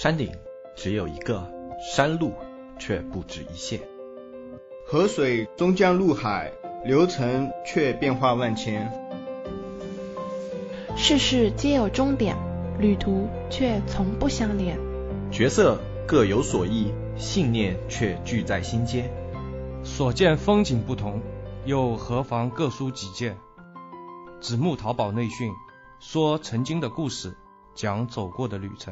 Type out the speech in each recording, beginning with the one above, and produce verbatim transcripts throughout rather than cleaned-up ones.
山顶只有一个，山路却不止一线。 河水终将入海，流程却变化万千。 事事皆有终点，旅途却从不相连。 角色各有所异，信念却聚在心间。 所见风景不同，又何妨各抒己见。子木淘宝内训，说曾经的故事，讲走过的旅程。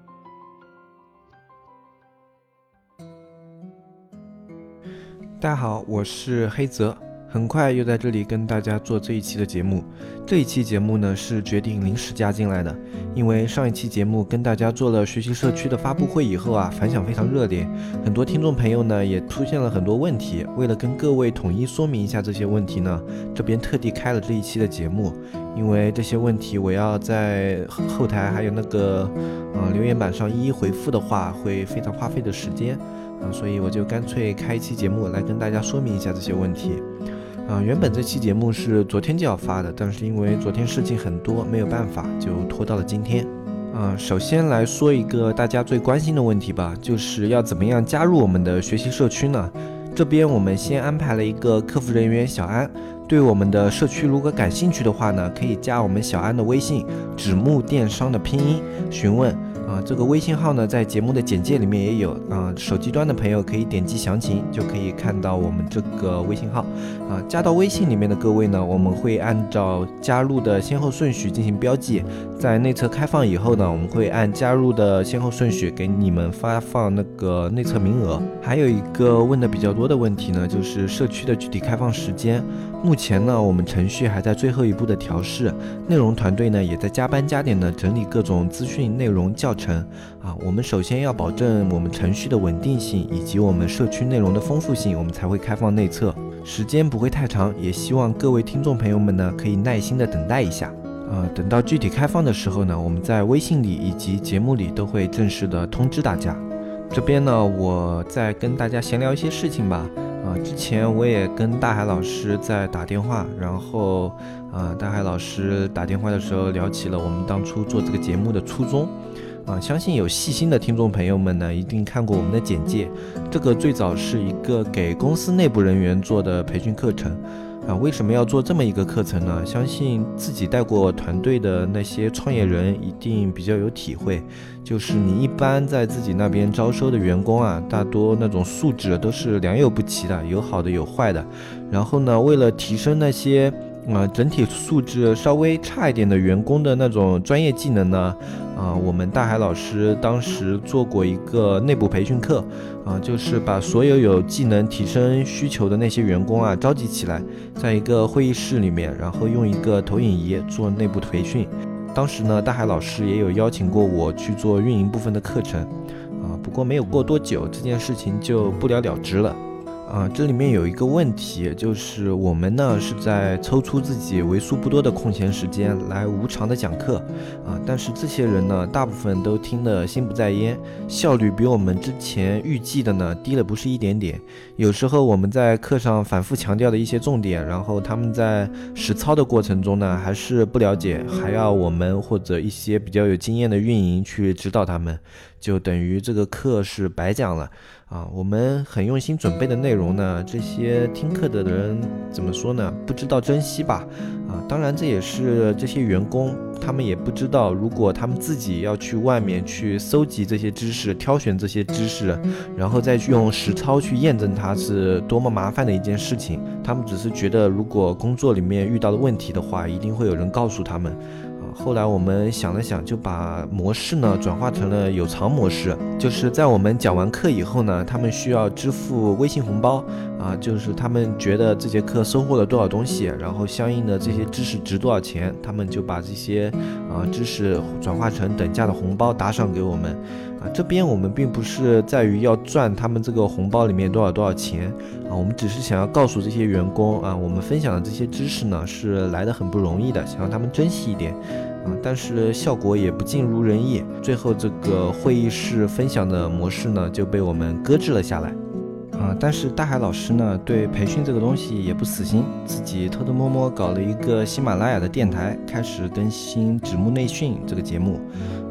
大家好，我是黑泽，很快又在这里跟大家做这一期的节目。这一期节目呢是决定临时加进来的，因为上一期节目跟大家做了学习社区的发布会以后啊，反响非常热烈，很多听众朋友呢也出现了很多问题。为了跟各位统一说明一下这些问题呢，这边特地开了这一期的节目。因为这些问题我要在后台还有那个呃留言板上一一回复的话，会非常花费的时间啊，所以我就干脆开一期节目来跟大家说明一下这些问题。啊，原本这期节目是昨天就要发的，但是因为昨天事情很多，没有办法，就拖到了今天。啊，首先来说一个大家最关心的问题吧，就是要怎么样加入我们的学习社区呢？这边我们先安排了一个客服人员小安，对我们的社区如果感兴趣的话呢，可以加我们小安的微信，纸木电商的拼音询问。啊，这个微信号呢，在节目的简介里面也有啊，手机端的朋友可以点击详情，就可以看到我们这个微信号。啊，加到微信里面的各位呢，我们会按照加入的先后顺序进行标记，在内测开放以后呢，我们会按加入的先后顺序给你们发放那个内测名额。还有一个问的比较多的问题呢，就是社区的具体开放时间。目前呢，我们程序还在最后一步的调试，内容团队呢也在加班加点的整理各种资讯内容教程啊。我们首先要保证我们程序的稳定性以及我们社区内容的丰富性，我们才会开放内测，时间不会太长，也希望各位听众朋友们呢可以耐心的等待一下。呃，等到具体开放的时候呢，我们在微信里以及节目里都会正式的通知大家。这边呢，我再跟大家闲聊一些事情吧。啊，之前我也跟大海老师在打电话，然后啊，大海老师打电话的时候聊起了我们当初做这个节目的初衷。啊，相信有细心的听众朋友们呢，一定看过我们的简介。这个最早是一个给公司内部人员做的培训课程。啊，为什么要做这么一个课程呢？相信自己带过团队的那些创业人一定比较有体会，就是你一般在自己那边招收的员工啊，大多那种素质都是良莠不齐的，有好的有坏的。然后呢，为了提升那些啊、呃、整体素质稍微差一点的员工的那种专业技能呢，啊、呃，我们大海老师当时做过一个内部培训课，啊、呃，就是把所有有技能提升需求的那些员工啊召集起来，在一个会议室里面，然后用一个投影仪做内部培训。当时呢，大海老师也有邀请过我去做运营部分的课程，啊、呃，不过没有过多久，这件事情就不了了之了。啊，这里面有一个问题，就是我们呢是在抽出自己为数不多的空闲时间来无偿的讲课，啊，但是这些人呢，大部分都听得心不在焉，效率比我们之前预计的呢低了不是一点点。有时候我们在课上反复强调的一些重点，然后他们在实操的过程中呢还是不了解，还要我们或者一些比较有经验的运营去指导他们，就等于这个课是白讲了。啊，我们很用心准备的内容呢，这些听课的人怎么说呢？不知道珍惜吧？啊，当然这也是这些员工他们也不知道，如果他们自己要去外面去搜集这些知识，挑选这些知识，然后再去用实操去验证它，是多么麻烦的一件事情。他们只是觉得，如果工作里面遇到的问题的话，一定会有人告诉他们。后来我们想了想，就把模式呢转化成了有偿模式，就是在我们讲完课以后呢，他们需要支付微信红包啊，就是他们觉得这节课收获了多少东西，然后相应的这些知识值多少钱，他们就把这些啊知识转化成等价的红包打赏给我们。啊，这边我们并不是在于要赚他们这个红包里面多少多少钱啊，我们只是想要告诉这些员工啊，我们分享的这些知识呢是来得很不容易的，想让他们珍惜一点啊，但是效果也不尽如人意，最后这个会议室分享的模式呢就被我们搁置了下来。啊，但是大海老师呢，对培训这个东西也不死心，自己偷偷摸摸搞了一个喜马拉雅的电台，开始更新纸木内训这个节目。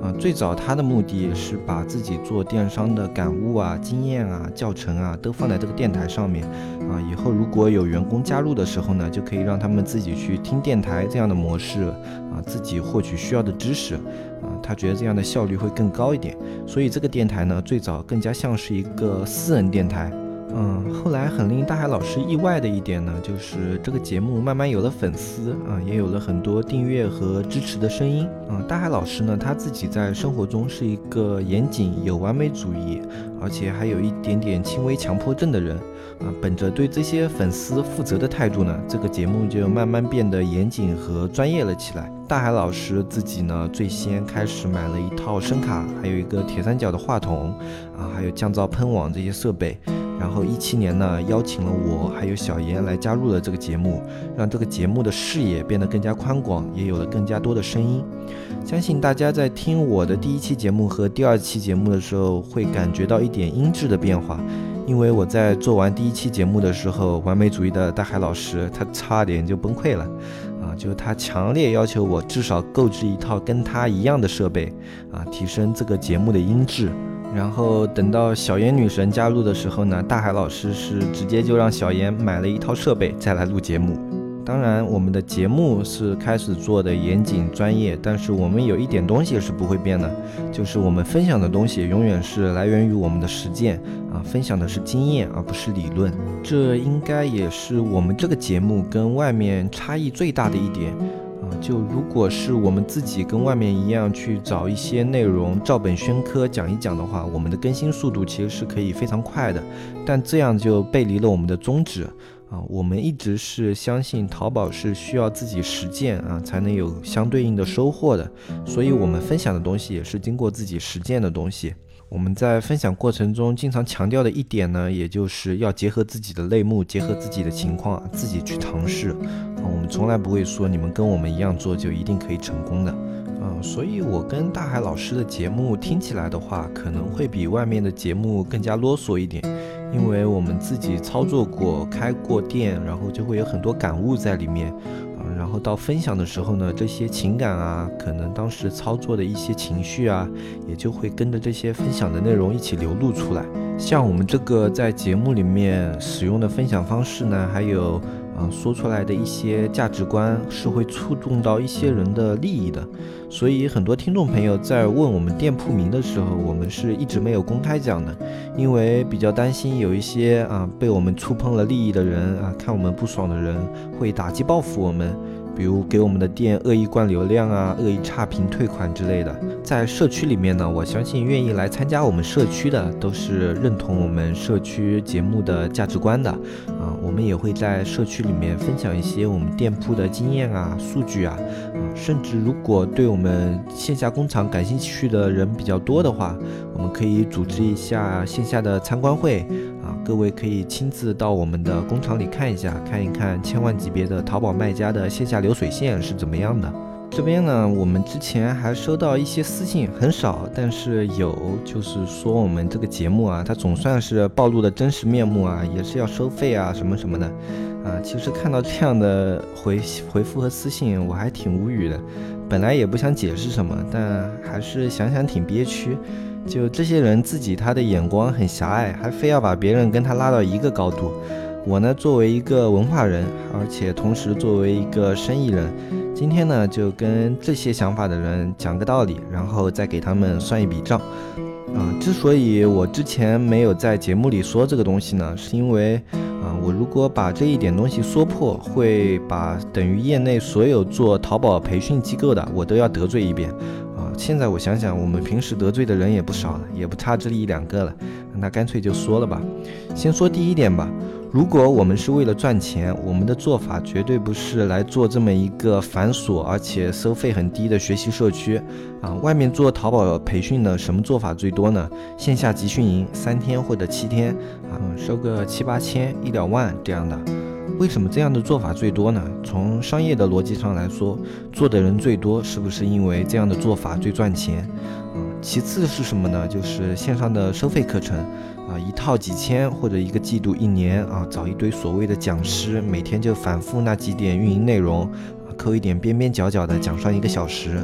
啊，最早他的目的是把自己做电商的感悟啊、经验啊、教程啊都放在这个电台上面啊。以后如果有员工加入的时候呢，就可以让他们自己去听电台这样的模式啊，自己获取需要的知识啊。他觉得这样的效率会更高一点，所以这个电台呢，最早更加像是一个私人电台。嗯，后来很令大海老师意外的一点呢，就是这个节目慢慢有了粉丝啊，也有了很多订阅和支持的声音。嗯，大海老师呢，他自己在生活中是一个严谨、有完美主义，而且还有一点点轻微强迫症的人啊。本着对这些粉丝负责的态度呢，这个节目就慢慢变得严谨和专业了起来。大海老师自己呢，最先开始买了一套声卡，还有一个铁三角的话筒啊，还有降噪喷网这些设备。然后一七年呢，邀请了我还有小严来加入了这个节目，让这个节目的视野变得更加宽广，也有了更加多的声音。相信大家在听我的第一期节目和第二期节目的时候，会感觉到一点音质的变化。因为我在做完第一期节目的时候，完美主义的大海老师他差点就崩溃了啊！就他强烈要求我至少购置一套跟他一样的设备啊，提升这个节目的音质。然后等到小严女神加入的时候呢，大海老师是直接就让小严买了一套设备再来录节目。当然我们的节目是开始做的严谨专业，但是我们有一点东西是不会变的，就是我们分享的东西永远是来源于我们的实践啊，分享的是经验而不是理论。这应该也是我们这个节目跟外面差异最大的一点。就如果是我们自己跟外面一样去找一些内容照本宣科讲一讲的话，我们的更新速度其实是可以非常快的，但这样就背离了我们的宗旨啊。我们一直是相信淘宝是需要自己实践啊才能有相对应的收获的，所以我们分享的东西也是经过自己实践的东西。我们在分享过程中经常强调的一点呢，也就是要结合自己的类目，结合自己的情况，自己去尝试啊。我们从来不会说你们跟我们一样做就一定可以成功的嗯，所以我跟大海老师的节目听起来的话，可能会比外面的节目更加啰嗦一点，因为我们自己操作过，开过店，然后就会有很多感悟在里面嗯，然后到分享的时候呢，这些情感啊，可能当时操作的一些情绪啊，也就会跟着这些分享的内容一起流露出来。像我们这个在节目里面使用的分享方式呢，还有啊，说出来的一些价值观是会触动到一些人的利益的，所以很多听众朋友在问我们店铺名的时候，我们是一直没有公开讲的，因为比较担心有一些啊被我们触碰了利益的人啊，看我们不爽的人会打击报复我们，比如给我们的店恶意灌流量啊、恶意差评退款之类的。在社区里面呢，我相信愿意来参加我们社区的都是认同我们社区节目的价值观的啊。我们也会在社区里面分享一些我们店铺的经验啊、数据啊，啊甚至如果对我们线下工厂感兴趣的人比较多的话，我们可以组织一下线下的参观会啊，各位可以亲自到我们的工厂里看一下，看一看千万级别的淘宝卖家的线下流水线是怎么样的。这边呢，我们之前还收到一些私信，很少，但是有，就是说我们这个节目啊，它总算是暴露的真实面目啊，也是要收费啊，什么什么的，啊，其实看到这样的回回复和私信，我还挺无语的。本来也不想解释什么，但还是想想挺憋屈。就这些人自己他的眼光很狭隘，还非要把别人跟他拉到一个高度。我呢，作为一个文化人，而且同时作为一个生意人，今天呢就跟这些想法的人讲个道理，然后再给他们算一笔账。啊、呃，之所以我之前没有在节目里说这个东西呢，是因为啊、呃，我如果把这一点东西说破，会把等于业内所有做淘宝培训机构的，我都要得罪一遍。啊、呃，现在我想想，我们平时得罪的人也不少了，也不差这一两个了，那干脆就说了吧。先说第一点吧。如果我们是为了赚钱，我们的做法绝对不是来做这么一个繁琐而且收费很低的学习社区啊。外面做淘宝培训呢，什么做法最多呢？线下集训营三天或者七天啊，收个七八千、一两万这样的。为什么这样的做法最多呢？从商业的逻辑上来说，做的人最多，是不是因为这样的做法最赚钱？啊，其次是什么呢？就是线上的收费课程。啊，一套几千或者一个季度一年啊，找一堆所谓的讲师，每天就反复那几点运营内容，啊，抠一点边边角角的讲上一个小时，啊，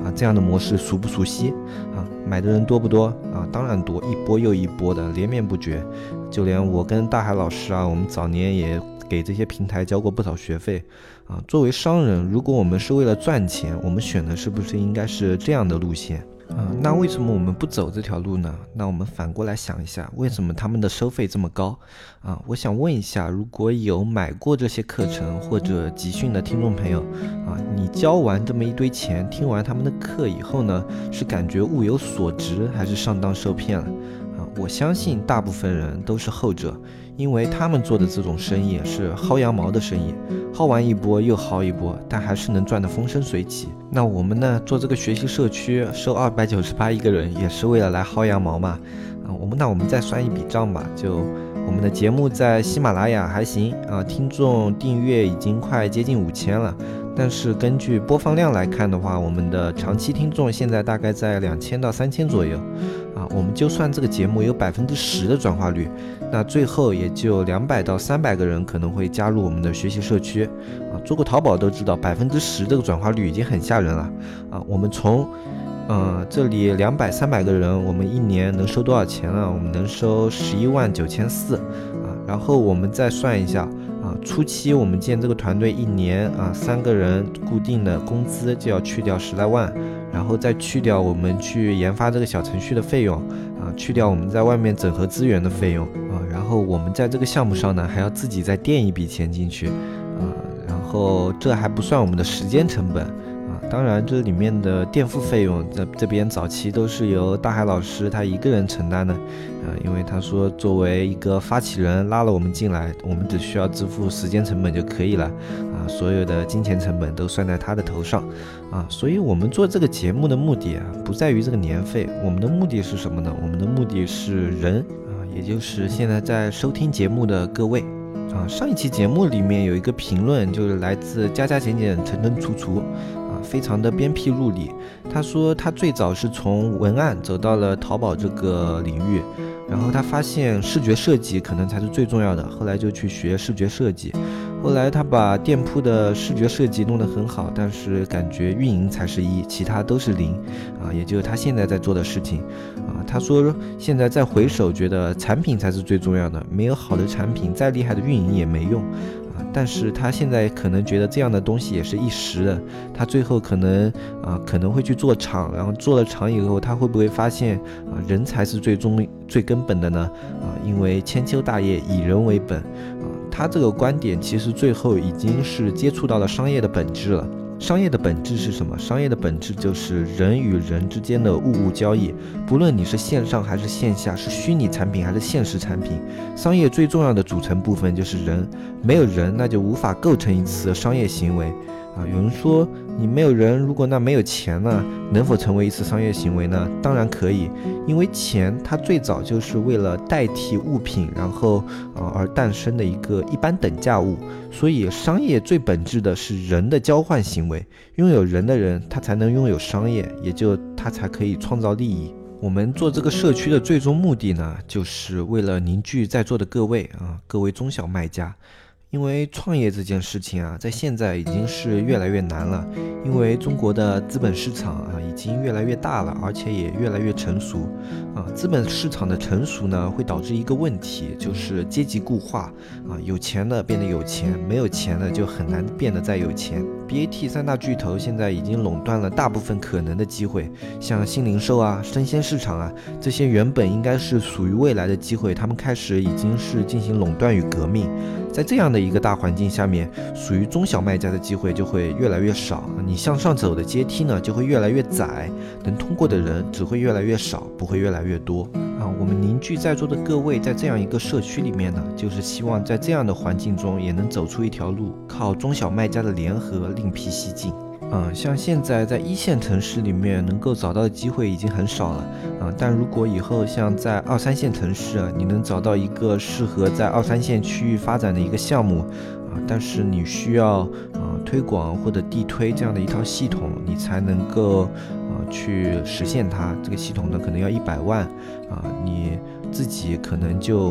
啊，这样的模式熟不熟悉啊？买的人多不多啊？当然多，一波又一波的，连绵不绝。就连我跟大海老师啊，我们早年也给这些平台交过不少学费啊。作为商人，如果我们是为了赚钱，我们选的是不是应该是这样的路线？啊，那为什么我们不走这条路呢？那我们反过来想一下，为什么他们的收费这么高啊？我想问一下，如果有买过这些课程或者集训的听众朋友啊，你交完这么一堆钱，听完他们的课以后呢，是感觉物有所值，还是上当受骗了？啊，我相信大部分人都是后者，因为他们做的这种生意是薅羊毛的生意，薅完一波又薅一波，但还是能赚得风生水起。那我们呢，做这个学习社区收二百九十八一个人，也是为了来薅羊毛嘛。啊，我们那我们再算一笔账吧，就我们的节目在喜马拉雅还行啊，听众订阅已经快接近五千了。但是根据播放量来看的话，我们的长期听众现在大概在两千到三千左右，啊，我们就算这个节目有百分之十的转化率，那最后也就两百到三百个人可能会加入我们的学习社区，啊，做过淘宝都知道，百分之十这个转化率已经很吓人了，啊，我们从，呃，这里两百三百个人，我们一年能收多少钱呢？我们能收十一万九千四，啊，然后我们再算一下。啊，初期我们建这个团队一年啊，三个人固定的工资就要去掉十来万，然后再去掉我们去研发这个小程序的费用啊，去掉我们在外面整合资源的费用啊，然后我们在这个项目上呢还要自己再垫一笔钱进去啊，然后这还不算我们的时间成本。当然这里面的垫付费用这这边早期都是由大海老师他一个人承担的，呃，因为他说作为一个发起人拉了我们进来，我们只需要支付时间成本就可以了，啊，所有的金钱成本都算在他的头上，啊，所以我们做这个节目的目的啊，不在于这个年费，我们的目的是什么呢？我们的目的是人啊，也就是现在在收听节目的各位。啊，上一期节目里面有一个评论，就是来自加加减减乘乘除除，啊，非常的鞭辟入里。他说他最早是从文案走到了淘宝这个领域，然后他发现视觉设计可能才是最重要的，后来就去学视觉设计。后来他把店铺的视觉设计弄得很好，但是感觉运营才是一，其他都是零，啊，也就是他现在在做的事情，啊，他说现在再回首，觉得产品才是最重要的，没有好的产品，再厉害的运营也没用，啊，但是他现在可能觉得这样的东西也是一时的，他最后可能啊可能会去做厂，然后做了厂以后，他会不会发现啊人才是最终最根本的呢？啊，因为千秋大业以人为本，啊。他这个观点其实最后已经是接触到了商业的本质了。商业的本质是什么？商业的本质就是人与人之间的物物交易，不论你是线上还是线下，是虚拟产品还是现实产品，商业最重要的组成部分就是人，没有人那就无法构成一次商业行为。啊，有人说你没有人，如果那没有钱呢，能否成为一次商业行为呢？当然可以，因为钱它最早就是为了代替物品，然后啊而诞生的一个一般等价物，所以商业最本质的是人的交换行为，拥有人的人他才能拥有商业，也就他才可以创造利益。我们做这个社区的最终目的呢，就是为了凝聚在座的各位啊，各位中小卖家。因为创业这件事情啊，在现在已经是越来越难了，因为中国的资本市场啊已经越来越大了，而且也越来越成熟啊。资本市场的成熟呢，会导致一个问题，就是阶级固化啊，有钱的变得有钱，没有钱的就很难变得再有钱。B A T 三大巨头现在已经垄断了大部分可能的机会，像新零售啊、生鲜市场啊，这些原本应该是属于未来的机会，他们开始已经是进行垄断与革命。在这样的一个大环境下面，属于中小卖家的机会就会越来越少，你向上走的阶梯呢就会越来越窄，能通过的人只会越来越少，不会越来越多啊。我们凝聚在座的各位在这样一个社区里面呢，就是希望在这样的环境中也能走出一条路，靠中小卖家的联合另辟蹊径。嗯，像现在在一线城市里面能够找到的机会已经很少了，嗯，但如果以后像在二三线城市啊，你能找到一个适合在二三线区域发展的一个项目啊，但是你需要呃推广或者地推这样的一套系统，你才能够呃去实现它。这个系统呢可能要一百万啊，你自己可能就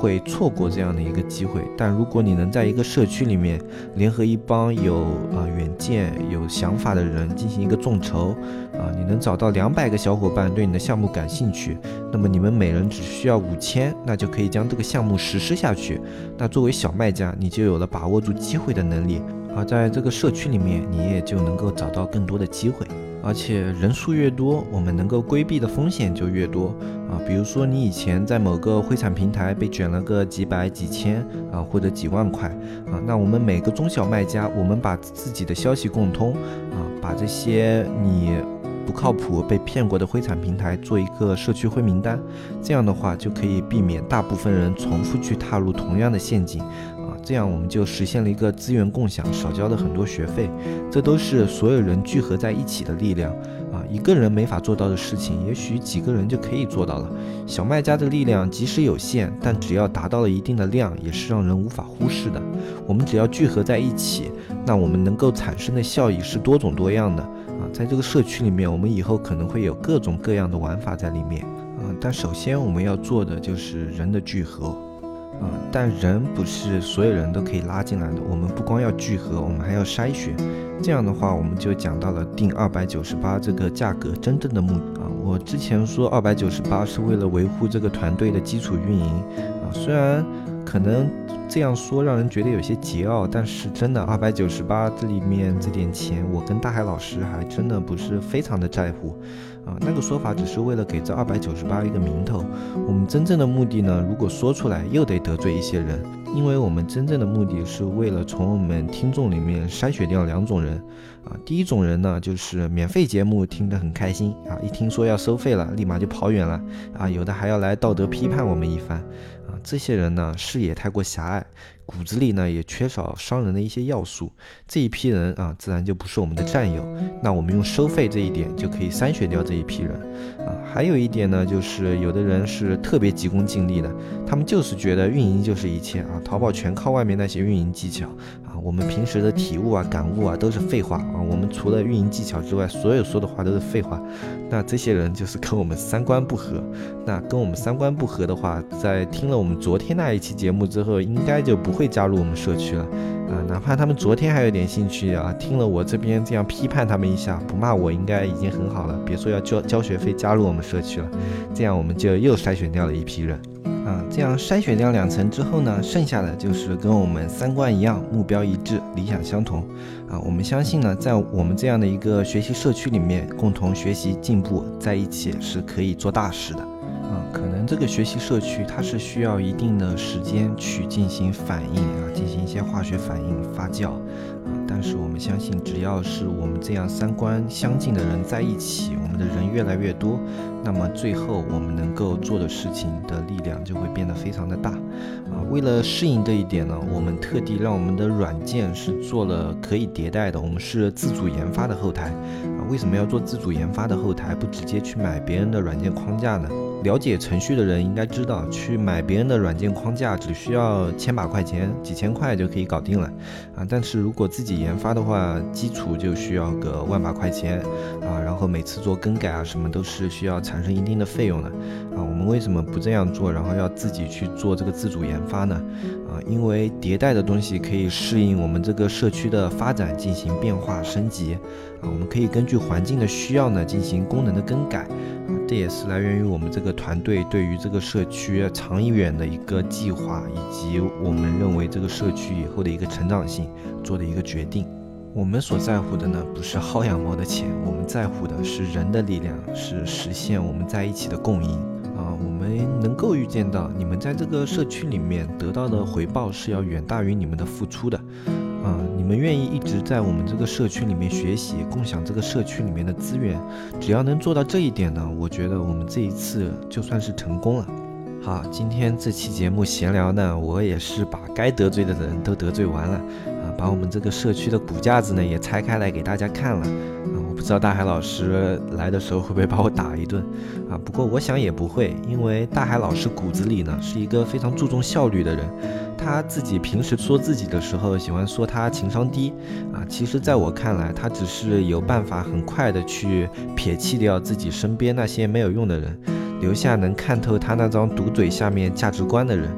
会错过这样的一个机会。但如果你能在一个社区里面联合一帮有啊、呃、远见、有想法的人进行一个众筹啊、呃，你能找到两百个小伙伴对你的项目感兴趣，那么你们每人只需要五千，那就可以将这个项目实施下去。那作为小卖家，你就有了把握住机会的能力，而在这个社区里面，你也就能够找到更多的机会。而且人数越多，我们能够规避的风险就越多啊。比如说你以前在某个灰产平台被卷了个几百几千啊，或者几万块啊，那我们每个中小卖家，我们把自己的消息共通啊，把这些你不靠谱被骗过的灰产平台做一个社区灰名单，这样的话就可以避免大部分人重复去踏入同样的陷阱啊，这样我们就实现了一个资源共享，少交了很多学费。这都是所有人聚合在一起的力量啊，一个人没法做到的事情，也许几个人就可以做到了。小卖家的力量即使有限，但只要达到了一定的量，也是让人无法忽视的。我们只要聚合在一起，那我们能够产生的效益是多种多样的啊，在这个社区里面，我们以后可能会有各种各样的玩法在里面啊，但首先我们要做的就是人的聚合。啊、嗯，但人不是所有人都可以拉进来的，我们不光要聚合，我们还要筛选。这样的话，我们就讲到了定二百九十八这个价格真正的目的啊。我之前说二百九十八是为了维护这个团队的基础运营啊，虽然可能这样说让人觉得有些桀骜，但是真的二百九十八这里面这点钱，我跟大海老师还真的不是非常的在乎。啊，那个说法只是为了给这二百九十八一个名头。我们真正的目的呢，如果说出来又得得罪一些人，因为我们真正的目的是为了从我们听众里面筛选掉两种人。啊，第一种人呢，就是免费节目听得很开心啊，一听说要收费了，立马就跑远了啊，有的还要来道德批判我们一番啊。这些人呢，视野太过狭隘，骨子里呢也缺少商人的一些要素，这一批人啊，自然就不是我们的战友。那我们用收费这一点就可以筛选掉这一批人啊。还有一点呢，就是有的人是特别急功近利的，他们就是觉得运营就是一切啊，淘宝全靠外面那些运营技巧啊，我们平时的体悟啊、感悟啊都是废话啊，我们除了运营技巧之外，所有说的话都是废话。那这些人就是跟我们三观不合。那跟我们三观不合的话，在听了我们昨天那一期节目之后，应该就不会加入我们社区了啊。哪怕他们昨天还有点兴趣啊，听了我这边这样批判他们一下，不骂我应该已经很好了，别说要交交学费加入我们社区了。这样我们就又筛选掉了一批人啊。这样筛选掉两层之后呢，剩下的就是跟我们三观一样，目标一致，理想相同啊。我们相信呢，在我们这样的一个学习社区里面，共同学习进步，在一起是可以做大事的啊。可能这个学习社区它是需要一定的时间去进行反应啊，进行一些化学反应发酵啊。但是我们相信，只要是我们这样三观相近的人在一起，我们的人越来越多，那么最后我们能够做的事情的力量就会变得非常的大啊。为了适应这一点呢，我们特地让我们的软件是做了可以迭代的，我们是自主研发的后台啊。为什么要做自主研发的后台，不直接去买别人的软件框架呢？了解程序的人应该知道，去买别人的软件框架只需要千把块钱，几千块就可以搞定了啊。但是如果自己研发的话，基础就需要个万把块钱啊，然后每次做更改啊什么都是需要产生一定的费用的啊。我们为什么不这样做，然后要自己去做这个自主研发呢？啊，因为迭代的东西可以适应我们这个社区的发展进行变化升级啊，我们可以根据环境的需要呢进行功能的更改啊，这也是来源于我们这个团队对于这个社区长远的一个计划，以及我们认为这个社区以后的一个成长性做的一个决定。我们所在乎的呢，不是薅羊毛的钱，我们在乎的是人的力量，是实现我们在一起的共赢啊。我们能够预见到你们在这个社区里面得到的回报是要远大于你们的付出的啊。你们愿意一直在我们这个社区里面学习，共享这个社区里面的资源，只要能做到这一点呢，我觉得我们这一次就算是成功了。好，今天这期节目闲聊呢，我也是把该得罪的人都得罪完了啊，把我们这个社区的骨架子呢也拆开来给大家看了啊。我不知道大海老师来的时候会不会把我打一顿啊？不过我想也不会，因为大海老师骨子里呢是一个非常注重效率的人。他自己平时说自己的时候喜欢说他情商低啊，其实在我看来，他只是有办法很快的去撇弃掉自己身边那些没有用的人，留下能看透他那张毒嘴下面价值观的人。嗯，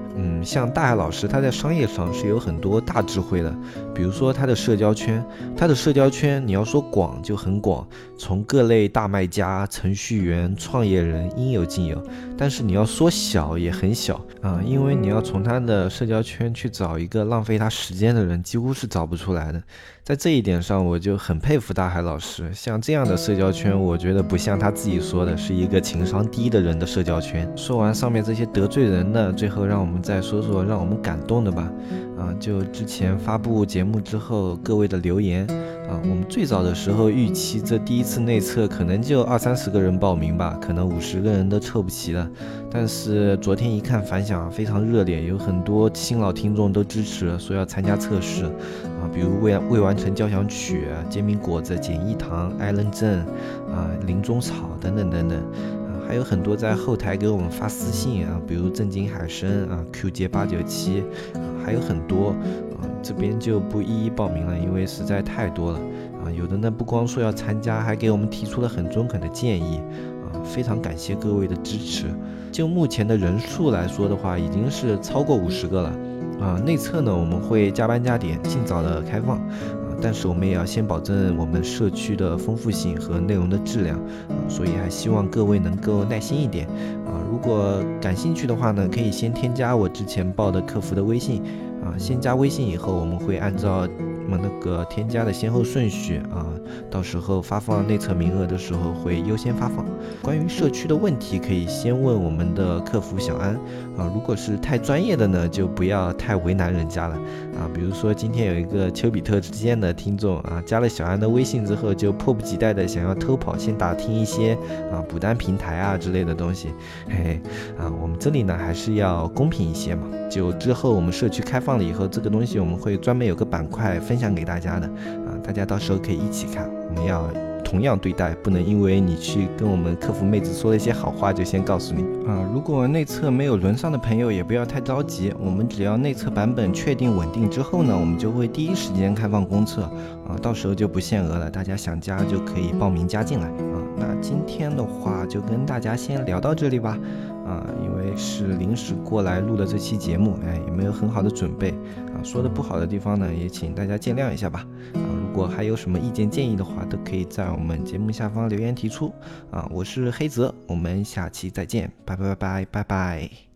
像大海老师，他在商业上是有很多大智慧的，比如说他的社交圈，他的社交圈你要说广就很广，从各类大卖家、程序员、创业人应有尽有，但是你要说小也很小啊，因为你要从他的社交圈去找一个浪费他时间的人，几乎是找不出来的。在这一点上，我就很佩服大海老师，像这样的社交圈，我觉得不像他自己说的是一个情商低的人的社交圈。说完上面这些得罪人的，最后让我们再说说让我们感动的吧。啊，就之前发布节目之后各位的留言啊，我们最早的时候预期这第一次内测可能就二三十个人报名吧，可能五十个人都凑不齐了。但是昨天一看反响非常热烈，有很多新老听众都支持说要参加测试啊，比如未未完成交响曲、煎饼果子、简易堂、艾伦镇啊、林中草等等等等。还有很多在后台给我们发私信啊，比如正经海参啊、Q J 八九七啊，还有很多啊，这边就不一一报名了，因为实在太多了啊。有的呢不光说要参加，还给我们提出了很中肯的建议啊，非常感谢各位的支持。就目前的人数来说的话，已经是超过五十个了啊。内测呢，我们会加班加点，尽早的开放。但是我们也要先保证我们社区的丰富性和内容的质量，啊、所以还希望各位能够耐心一点啊。如果感兴趣的话呢，可以先添加我之前报的客服的微信啊，先加微信以后，我们会按照我们那个添加的先后顺序啊，到时候发放内测名额的时候会优先发放。关于社区的问题，可以先问我们的客服小安啊。如果是太专业的呢，就不要太为难人家了啊。比如说今天有一个丘比特之间的听众啊，加了小安的微信之后，就迫不及待的想要偷跑，先打听一些啊补单平台啊之类的东西。嘿嘿啊，我们这里呢还是要公平一些嘛。就之后我们社区开放了以后，这个东西我们会专门有个板块分享给大家的啊，大家到时候可以一起看。我们要同样对待，不能因为你去跟我们客服妹子说了一些好话就先告诉你啊。如果内测没有轮上的朋友也不要太着急，我们只要内测版本确定稳定之后呢，我们就会第一时间开放公测啊，到时候就不限额了，大家想加就可以报名加进来啊。那今天的话就跟大家先聊到这里吧啊，因为是临时过来录的这期节目，哎，也没有很好的准备啊，说的不好的地方呢，也请大家见谅一下吧啊。如果还有什么意见建议的话，都可以在我们节目下方留言提出啊。我是黑泽，我们下期再见，拜拜拜拜拜拜。